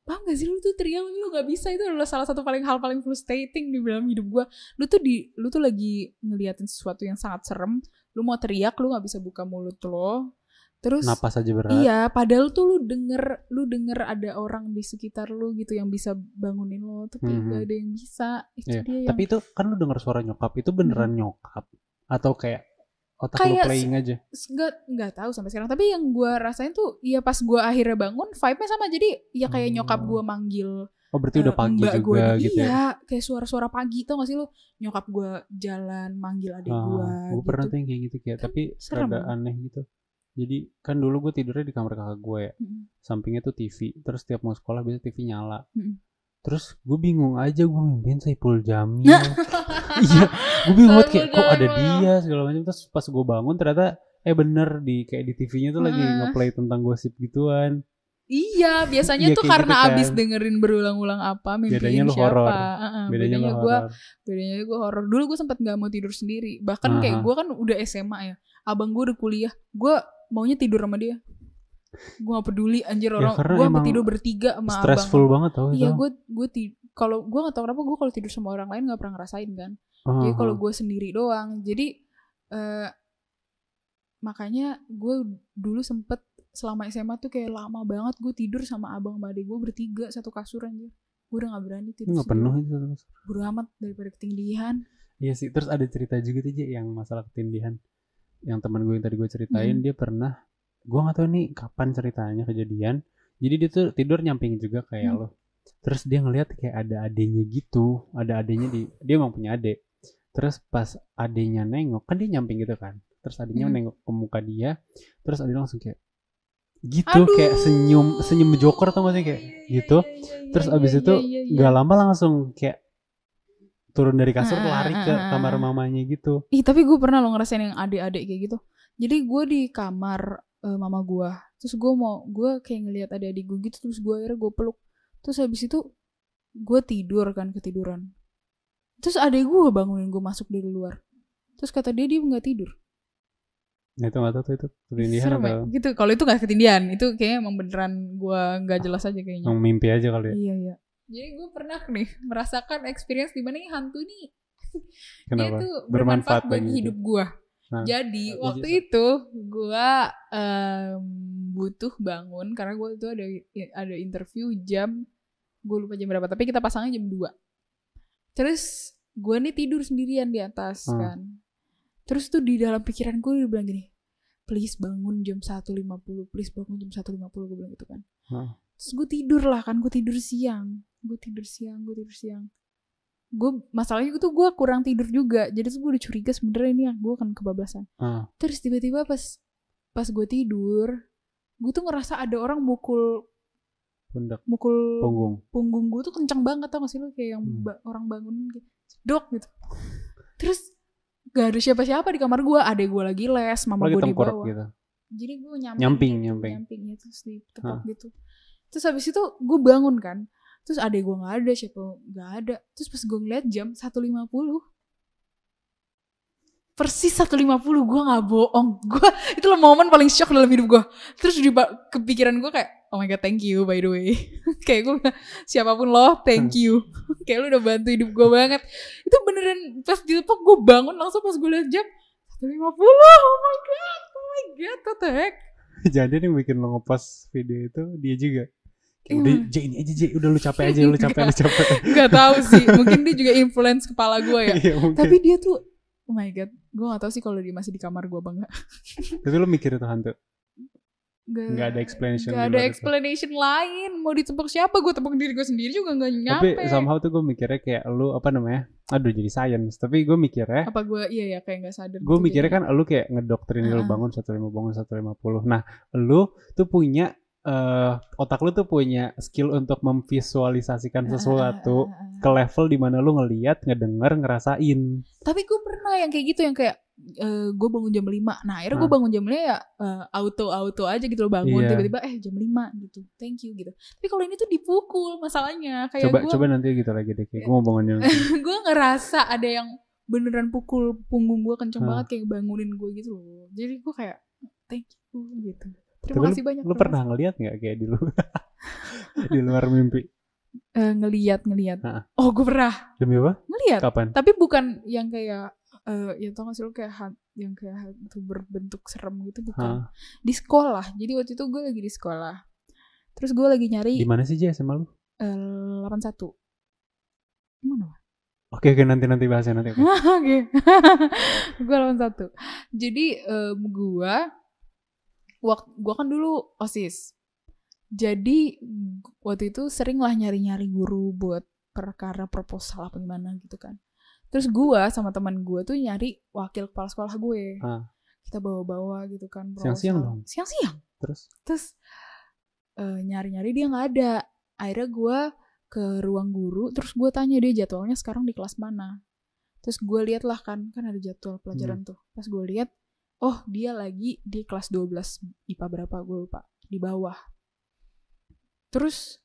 paham gak sih lu tuh teriak lu gak bisa, itu adalah salah satu paling hal paling frustrating di dalam hidup gue. Lu tuh di lu tuh lagi ngeliatin sesuatu yang sangat serem, lu mau teriak lu gak bisa buka mulut lo, terus napas aja berat. Iya, padahal tuh lu denger lu denger ada orang di sekitar lu gitu yang bisa bangunin lo, tapi mm-hmm. gak ada yang bisa. Itu yeah. dia yang... Tapi itu kan lu denger suara nyokap, itu beneran hmm. nyokap atau kayak otak kayak lu playing aja? Nggak nggak tahu sampai sekarang. Tapi yang gue rasain tuh, ya pas gue akhirnya bangun, vibe-nya sama. Jadi ya kayak oh. nyokap gue manggil. Oh berarti uh, udah pagi juga gua, gitu iya, ya? Iya, kayak suara-suara pagi, tau gak sih lu? Nyokap gue jalan manggil adik ah, gue. Gue gitu. pernah tuh yang kayak gitu kayak, kan tapi rada aneh gitu. Jadi kan dulu gue tidurnya di kamar kakak gue ya, mm-hmm. sampingnya tuh T V. Terus tiap mau sekolah biasa T V nyala. Mm-hmm. Terus gue bingung aja, gue mimpin Saipul Jamil. Iya, gue bingung banget kayak kok ada dia segala macam. Terus pas gue bangun ternyata eh bener di kayak di T V-nya tuh uh. lagi nge-play tentang gosip gituan. Iya, biasanya iya, tuh karena gitu kan. Abis dengerin berulang-ulang apa mimpiin siapa. Horror. Uh-uh, bedanya bedanya gue, bedanya gue horor. Dulu gue sempat nggak mau tidur sendiri. Bahkan uh-huh. kayak gue kan udah S M A ya. Abang gue udah kuliah. Gue maunya tidur sama dia. Gue gak peduli anjir orang. Ya, gue sampai tidur bertiga sama abang. Stressful banget tau itu. Iya, gue gue ti- kalau gue nggak tahu kenapa gue kalau tidur sama orang lain nggak pernah ngerasain kan. Uh-huh. Jadi kalau gue sendiri doang. Jadi uh, makanya gue dulu sempet selama S M A tuh kayak lama banget gue tidur sama abang sama adik gue bertiga satu kasur aja. Gue udah gak berani tidur nggak penuh itu terus. Bodo amat daripada ketindihan. Iya sih. Terus ada cerita juga tuh Ji, yang masalah ketindihan. Yang teman gue yang tadi gue ceritain, hmm. dia pernah, gue nggak tahu nih kapan ceritanya kejadian. Jadi dia tuh tidur nyamping juga kayak hmm. lo. Terus dia ngeliat kayak ada adenya gitu, ada adenya di, dia emang punya adek. Terus pas adenya nengok, kan dia nyamping gitu kan. Terus adenya hmm. nengok ke muka dia, terus adenya langsung kayak gitu. Aduh. Kayak senyum senyum joker tau gak sih kayak gitu. Terus abis itu gak lama langsung kayak turun dari kasur uh, lari ke uh, kamar mamanya gitu. Ih tapi gue pernah lo ngerasain yang adik-adik kayak gitu. Jadi gue di kamar uh, mama gue, terus gue mau gue kayak ngelihat adik-adik gue gitu, terus gue akhirnya gue peluk. Terus habis itu gue tidur kan, ketiduran. Terus adik gue bangunin gue masuk dari luar. Terus kata dia dia nggak tidur. Nah, itu nggak tahu tuh itu ketindihan atau gitu. Kalau itu nggak ketindihan, itu kayaknya emang beneran gue nggak jelas aja kayaknya. Emang mimpi aja kali ya. Iya iya. Jadi gue pernah nih merasakan experience di mana nih hantu nih. Dia tuh bermanfaat, bermanfaat bagi hidup gue. Nah, jadi nah, waktu jadi, itu gue um, butuh bangun karena gue itu ada ada interview jam, gue lupa jam berapa, tapi kita pasangnya jam dua. Terus gue nih tidur sendirian di atas hmm. kan. Terus tuh di dalam pikiran gue dia bilang gini, please bangun jam satu lima puluh, please bangun jam satu lima puluh, gue bilang gitu kan. Hmm. Terus gue tidur lah kan, gue tidur siang, gue tidur siang, gue tidur siang. Gue masalahnya itu gue kurang tidur juga, jadi tuh gue udah curiga sebenarnya ini ya gue akan kebablasan. Hmm. Terus tiba-tiba pas pas gue tidur, gue tuh ngerasa ada orang mukul pundak, mukul punggung, punggung gue tuh kencang banget tau gak sih lo, kayak yang hmm. ba- orang bangun gitu, dok gitu. Terus gak ada siapa-siapa di kamar gue, adek gue lagi les, mama gue di bawah. Gitu. Jadi gue nyamping, nyamping, gitu, nyamping, nyamping ya, terus ditepok gitu. Terus habis itu gue bangun kan, terus adek gue nggak ada, siapa nggak ada. Terus pas gue ngeliat jam satu lima puluh, persis satu lima puluh, gue nggak bohong. Gue itu loh momen paling shock dalam hidup gue. Terus di kepikiran gue kayak, oh my god, thank you by the way. Kayak gue siapapun lo, thank you. Kayak lu udah bantu hidup gue banget. Itu beneran pas ditepok gue bangun langsung pas gue liat jam satu lima puluh. Oh my god, oh my god, what the heck. Jadi yang bikin lo ngepost video itu dia juga. Kayak udah J ini aja J, udah lu capek aja, lu capek, lu capek. Gak tahu sih, mungkin dia juga influence kepala gue ya. Iya, tapi dia tuh, oh my god, gue gak tahu sih kalau dia masih di kamar gue apa enggak. Tapi lu mikir itu hantu? Gak, gak ada explanation. Gak ada explanation itu lain. Mau ditepuk siapa? Gue tepuk diri gue sendiri juga gak nyampe. Tapi somehow tuh gue mikirnya kayak lu apa namanya? Aduh jadi science. Tapi gue mikirnya apa gue iya ya kayak gak sadar. Gue gitu mikirnya jadi. Kan lu kayak ngedoktrin uh-huh. lu bangun satu lima puluh bangun satu lima puluh. Nah lu tuh punya uh, otak lu tuh punya skill untuk memvisualisasikan sesuatu uh, uh, uh, uh. ke level dimana lu ngelihat, ngedenger, ngerasain. Tapi gue pernah yang kayak gitu, yang kayak Uh, gue bangun jam lima. Nah akhirnya gue bangun jam lima ya uh, auto-auto aja gitu loh bangun. Yeah. Tiba-tiba eh jam lima gitu, thank you gitu. Tapi kalau ini tuh dipukul masalahnya. Kayak Coba gua, coba nanti gitu lagi deh. Gue mau bangun jam gue ngerasa ada yang beneran pukul punggung gue kenceng huh. banget, kayak bangunin gue gitu loh. Jadi gue kayak thank you gitu. Terima Tapi kasih lu, banyak. Lu pernah ngeliat gak kayak di lu? Di luar mimpi. Uh, ngeliat ngeliat. Ha-ha. Oh gue pernah. Demi apa? Ngeliat. Kapan? Tapi bukan yang kayak uh, ya tau gak sih lu kayak hand, yang kayak hantu berbentuk serem gitu, bukan. Ha. Di sekolah. Jadi waktu itu gue lagi di sekolah. Terus gue lagi nyari. Di mana sih Jay sama lu? Uh, delapan puluh satu. Mana? Oke oke nanti nanti bahasnya nanti. Oke. Gue delapan puluh satu. Jadi um, gue waktu gue kan dulu OSIS. Jadi waktu itu sering lah nyari-nyari guru buat perkara proposal apa gimana gitu kan. Terus gue sama teman gue tuh nyari wakil kepala sekolah gue. Ah. Kita bawa-bawa gitu kan. Siang-siang dong? Siang-siang. Terus? Terus uh, nyari-nyari dia gak ada. Akhirnya gue ke ruang guru. Terus gue tanya dia jadwalnya sekarang di kelas mana. Terus gue liat lah kan. Kan ada jadwal pelajaran hmm. tuh. Pas gue liat. Oh dia lagi di kelas dua belas I P A berapa gue lupa. Di bawah. Terus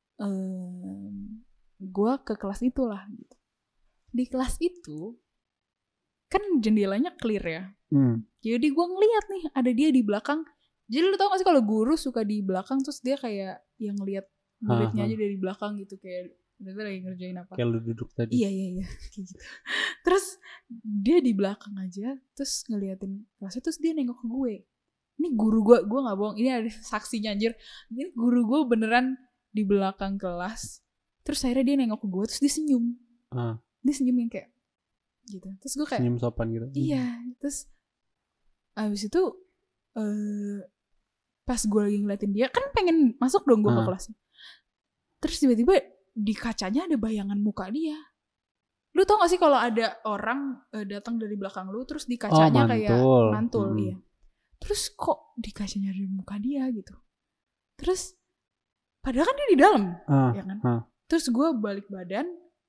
um, gue ke kelas itulah gitu. Di kelas itu kan jendelanya clear ya. Hmm. Jadi gue ngeliat nih ada dia di belakang. Jadi lu tau gak sih kalau guru suka di belakang terus dia kayak yang ngeliat muridnya aja dari belakang gitu, kayak dia lagi ngerjain apa. Kayak lu duduk tadi. Iya iya iya kayak gitu. Terus dia di belakang aja terus ngeliatin kelasnya, terus dia nengok ke gue. Ini guru gue, gue gak bohong, ini ada saksinya anjir. Ini guru gue beneran di belakang kelas. Terus akhirnya dia nengok ke gue, terus dia senyum. Uh. Dia senyum yang kayak gitu. Terus gue kayak senyum sopan gitu. Iya. Terus abis itu uh, pas gue lagi ngeliatin dia, kan pengen masuk dong gue uh. ke kelasnya. Terus tiba-tiba di kacanya ada bayangan muka dia. Lu tau gak sih kalau ada orang uh, datang dari belakang lu, terus di kacanya oh, kayak mantul, hmm. iya. Terus kok di kacanya ada muka dia gitu. Terus padahal kan dia di dalam, uh, ya kan? Uh. Terus gue balik badan,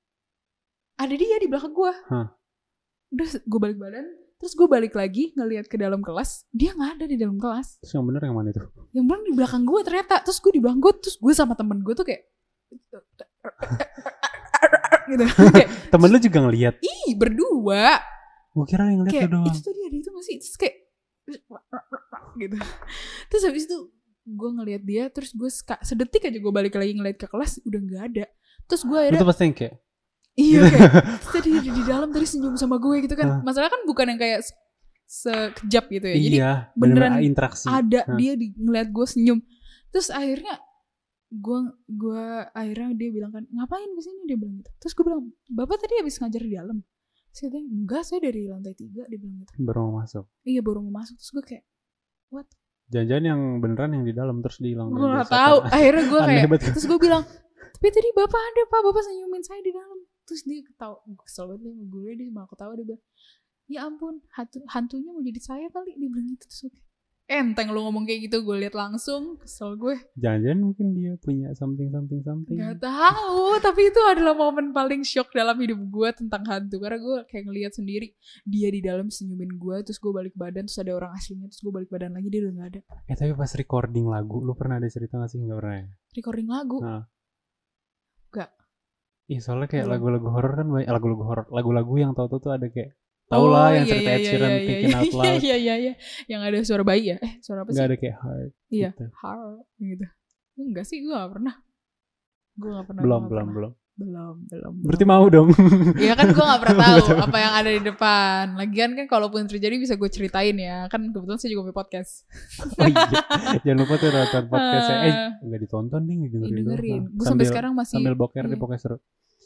ada dia di belakang gue. Uh. Terus gue balik badan, terus gue balik lagi ngelihat ke dalam kelas, dia nggak ada di dalam kelas. Terus yang benar yang mana itu? Yang benar di belakang gue ternyata. Terus gue di belakang gue, terus gue sama temen gue tuh kayak gitu. Temen lu juga ngelihat? Ih berdua. Gue kira yang ngeliat lu doang. Itu tadi ada itu masih, terus kayak gitu. Terus habis itu gue ngelihat dia, terus gue sedetik aja gue balik lagi ngeliat ke kelas, udah nggak ada. Terus gue akhirnya. Lu tuh pasti yang kayak. Iya kayak. Terus tadi di, di dalam tadi senyum sama gue gitu kan. Masalahnya kan bukan yang kayak sekejap gitu ya. Jadi iya, beneran bener interaksi. Ada huh. dia di, ngeliat gue senyum. Terus akhirnya gue gue akhirnya dia bilang kan, ngapain kesini, dia bilang gitu. Terus gue bilang, bapak tadi habis ngajar di dalam. Saya bilang, enggak, saya dari lantai tiga, dia bilang gitu. Baru mau masuk. Iya baru mau masuk. Terus gue kayak what? Jangan-jangan yang beneran yang di dalam terus dihilang. Gue gak tahu. Akhirnya gue kayak terus gue bilang, tapi tadi bapak ada pak, bapak senyumin saya di dalam. Terus dia ketawa, kesel banget dia sama gue, dia malah ketawa, dia bilang, ya ampun, hantu, hantunya mau jadi saya kali, dia bilang gitu. Terus gue enteng lu ngomong kayak gitu, gue lihat langsung, kesel gue. Jangan-jangan mungkin dia punya something something something. Gak tahu, tapi itu adalah momen paling shock dalam hidup gue tentang hantu, karena gue kayak ngelihat sendiri dia di dalam senyumin gue, terus gue balik badan, terus ada orang aslinya, terus gue balik badan lagi, dia udah nggak ada. Eh tapi pas recording lagu, lu pernah ada cerita nggak sih? Nggak pernah ya? Recording lagu? Nah. Gak. Ih soalnya kayak lagu-lagu horor kan banyak, lagu-lagu horor, lagu-lagu yang tau-tau tuh ada kayak tau oh, lah yang iya, cerita Ed Sheeran iya, Thinking iya, Out Loud. Iya iya iya. Yang ada suara bayi ya? Eh suara apa sih? Gak ada kayak heart. Iya gitu. Heart gitu. Enggak sih, gue gak pernah. Gue gak pernah. Belum gak belum pernah. belum. Belum belum. Berarti mau dong. Iya kan gue gak pernah tahu apa yang ada di depan. Lagian kan kalaupun terjadi bisa gue ceritain ya. Kan kebetulan saya juga punya podcast. Oh iya. Jangan lupa tuh nonton podcastnya. Eh gak ditonton nih, dengerin. Dengerin. Gue sampai sekarang masih. Sambil boker iya. Di podcast seru.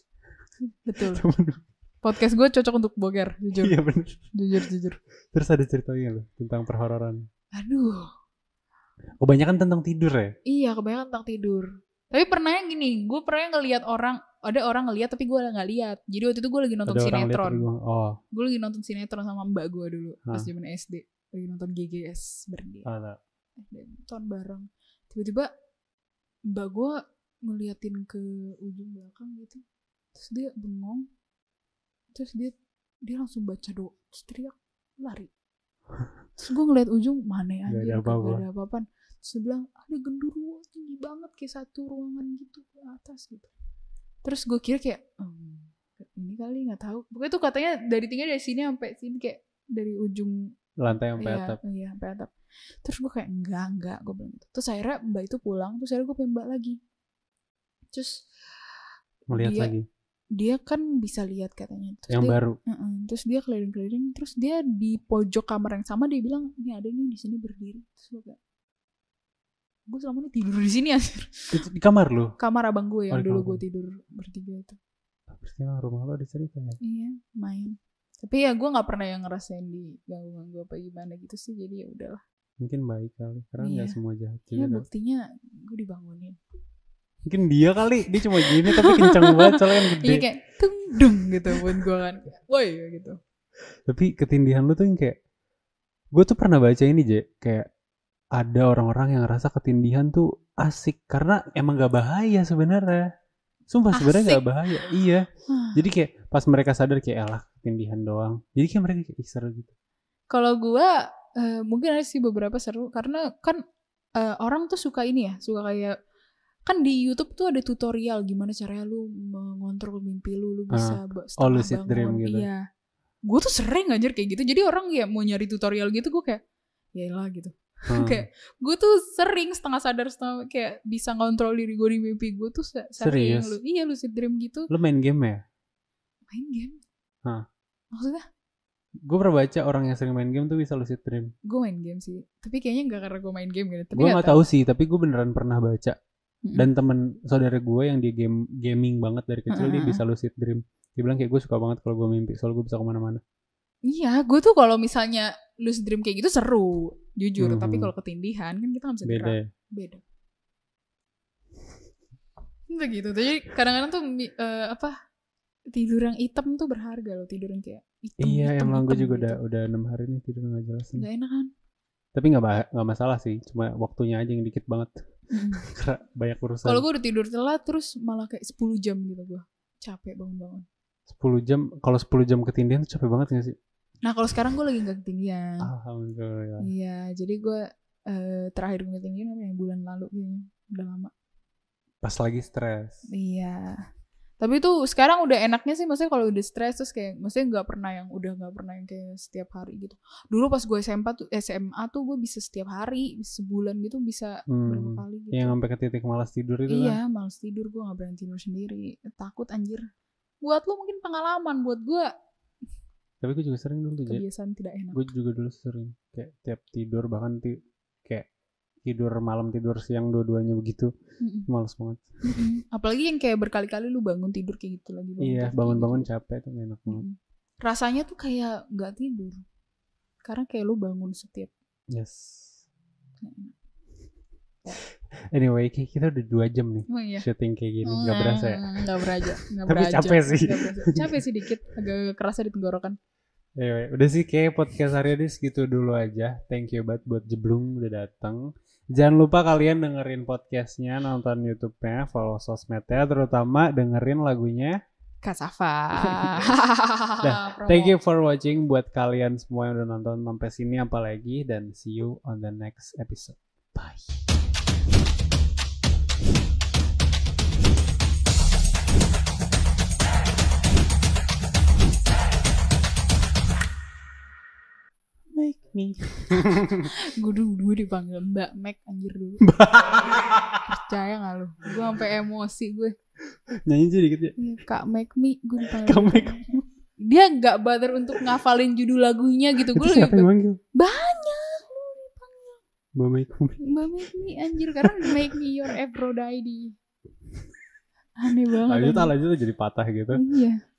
Betul. Podcast gue cocok untuk boker, jujur. Iya benar. Jujur, jujur. Terus ada ceritanya loh tentang perhororan. Aduh. Kebanyakan tentang tidur ya? Iya, kebanyakan tentang tidur. Tapi pernah yang gini, gue pernah ngelihat orang, ada orang ngelihat tapi gue nggak lihat. Jadi waktu itu gue lagi nonton ada sinetron. Gue oh. Gue lagi nonton sinetron sama mbak gue dulu Hah? Pas zaman S D. Lagi nonton G G S berdua. Ada. Nonton bareng. Tiba-tiba mbak gue ngeliatin ke ujung belakang gitu. Terus dia bengong. Terus dia dia langsung baca doa, terus teriak, lari. Terus gue ngeliat ujung, mana aja, gak ada apa-apa. Gak ada apa-apa. Terus dia bilang, ada genderuwo tinggi banget kayak satu ruangan gitu ke atas gitu. Terus gue kira kayak, hmm, ini kali gak tahu. Pokoknya tuh katanya dari tinggi dari sini sampai sini kayak dari ujung lantai sampai iya, atap. Iya, sampai atap. Terus gue kayak enggak, enggak, gue bilang gitu. Terus akhirnya mbak itu pulang, terus akhirnya gue pengen mbak lagi. Terus melihat dia, lagi. Dia kan bisa lihat katanya. Terus yang dia, baru. Uh-uh, terus dia keliling-keliling. Terus dia di pojok kamar yang sama dia bilang, ini ada nih di sini berdiri. Terus gue kayak, gue selama ini tidur di sini aja. Itu di kamar lu? Kamar abang gue yang oh, dulu gue tidur bertiga itu. Berarti rumah lo ada cerita ya? Iya, main. Tapi ya gue nggak pernah yang ngerasain di ganggu-ganggu apa gimana gitu sih. Jadi ya udahlah. Mungkin baik kali. Karena nggak iya. semua jahat. Iya, buktinya gue dibangunin. Mungkin dia kali, dia cuma gini tapi kencang banget soalnya kan gede. Iya kayak tung dung gitu buat gue kan. Woi gitu. Tapi ketindihan lu tuh yang kayak, gue tuh pernah baca ini Je, kayak ada orang-orang yang ngerasa ketindihan tuh asik karena emang gak bahaya sebenarnya. Sumpah sebenarnya gak bahaya. Iya. Jadi kayak pas mereka sadar kayak elah ketindihan doang. Jadi kayak mereka kayak seru gitu. Kalau gue uh, mungkin ada sih beberapa seru karena kan uh, orang tuh suka ini ya, suka kayak kan di YouTube tuh ada tutorial gimana caranya lu mengontrol mimpi lu, lu bisa uh, oh lucid dream gitu. Iya. Gue tuh sering ngajar kayak gitu. Jadi orang ya mau nyari tutorial gitu gue kayak yaelah gitu. Hmm. Kayak gue tuh sering setengah sadar setengah kayak bisa ngontrol diri gue di mimpi gue tuh sering. Lu, iya lucid dream gitu. Lu main game ya? Main game? Hah. Maksudnya? Gue pernah baca orang yang sering main game tuh bisa lucid dream. Gue main game sih. Tapi kayaknya gak karena gue main game gitu. Gue gak tahu sih, tapi gue beneran pernah baca. Mm-hmm. Dan temen saudara gue yang dia game gaming banget dari kecil, mm-hmm. dia bisa lucid dream. Dia bilang kayak gue suka banget kalau gue mimpi, soalnya gue bisa kemana-mana. Iya, gue tuh kalau misalnya lucid dream kayak gitu seru, jujur. Mm-hmm. Tapi kalau ketindihan kan kita nggak bisa gerak. Beda. Beda. Begitu. Jadi kadang-kadang tuh uh, apa tidur yang hitam tuh berharga loh, tidur yang kayak hitam. Iya, hitam, emang gue juga gitu. udah udah enam hari nih tidur nggak jelas. Nggak enak kan? Tapi nggak bah- nggak masalah sih, cuma waktunya aja yang dikit banget. Mm. Karena banyak urusan. Kalau gue udah tidur telat terus malah kayak sepuluh jam gitu gue, capek bangun-bangun. sepuluh jam, kalau sepuluh jam ketindihan tuh capek banget gak sih? Nah kalau sekarang gue lagi gak ketindihan. Alhamdulillah. Iya, jadi gue uh, terakhir ketindihan apa ya, bulan lalu kayaknya, udah lama. Pas lagi stres. Iya. Tapi tuh sekarang udah enaknya sih, maksudnya kalau udah stres terus kayak, maksudnya nggak pernah yang udah nggak pernah yang kayak setiap hari gitu. Dulu pas gue S M A tuh, S M A tuh gue bisa setiap hari, sebulan gitu bisa hmm, berapa kali gitu. Yang sampai ke titik malas tidur itu iya, kan? Iya, malas tidur, gue nggak berani tidur sendiri, takut anjir. Buat lo mungkin pengalaman, buat gue. Tapi gue juga sering dulu tuh. Kebiasaan ya. Tidak enak. Gue juga dulu sering kayak tiap tidur bahkan ti- kayak tidur malam tidur siang dua-duanya begitu. Mm-mm. Males banget. Mm-mm. Apalagi yang kayak berkali-kali lu bangun tidur kayak gitu lagi. Bangun iya bangun-bangun gitu. Capek tuh enak banget. Mm-mm. Rasanya tuh kayak nggak tidur karena kayak lu bangun setiap. Yes. Anyway, kayak kita udah dua jam nih oh, iya. syuting kayak gini, nggak berasa ya? Nggak berasa, nggak berasa. Tapi capek sih. Capek sih dikit, agak kerasa di tenggorokan. Anyway, udah sih kayak podcast hari ini segitu dulu aja. Thank you banget buat Jeblung udah datang. Jangan lupa kalian dengerin podcastnya, nonton YouTube-nya, follow sosmednya, terutama dengerin lagunya Kasafa. Nah, thank you for watching buat kalian semua yang udah nonton sampai sini apalagi, dan see you on the next episode. Bye. Make me. Gue dulu gue dipanggil Mbak Mac anjir dulu. Percaya gak lu? Gue sampai emosi gue. Nyanyi aja dikit ya. Kak Make me gue dipanggil. Kak Make me. Dia gak bother untuk ngafalin judul lagunya gitu. Gue siapa yang manggil? Banyak lu dipanggil. Mbak Make me. Mbak Make me anjir, karena Make me your Aphrodite. Aneh banget. Lanjut lah, lanjut jadi patah gitu. Iya.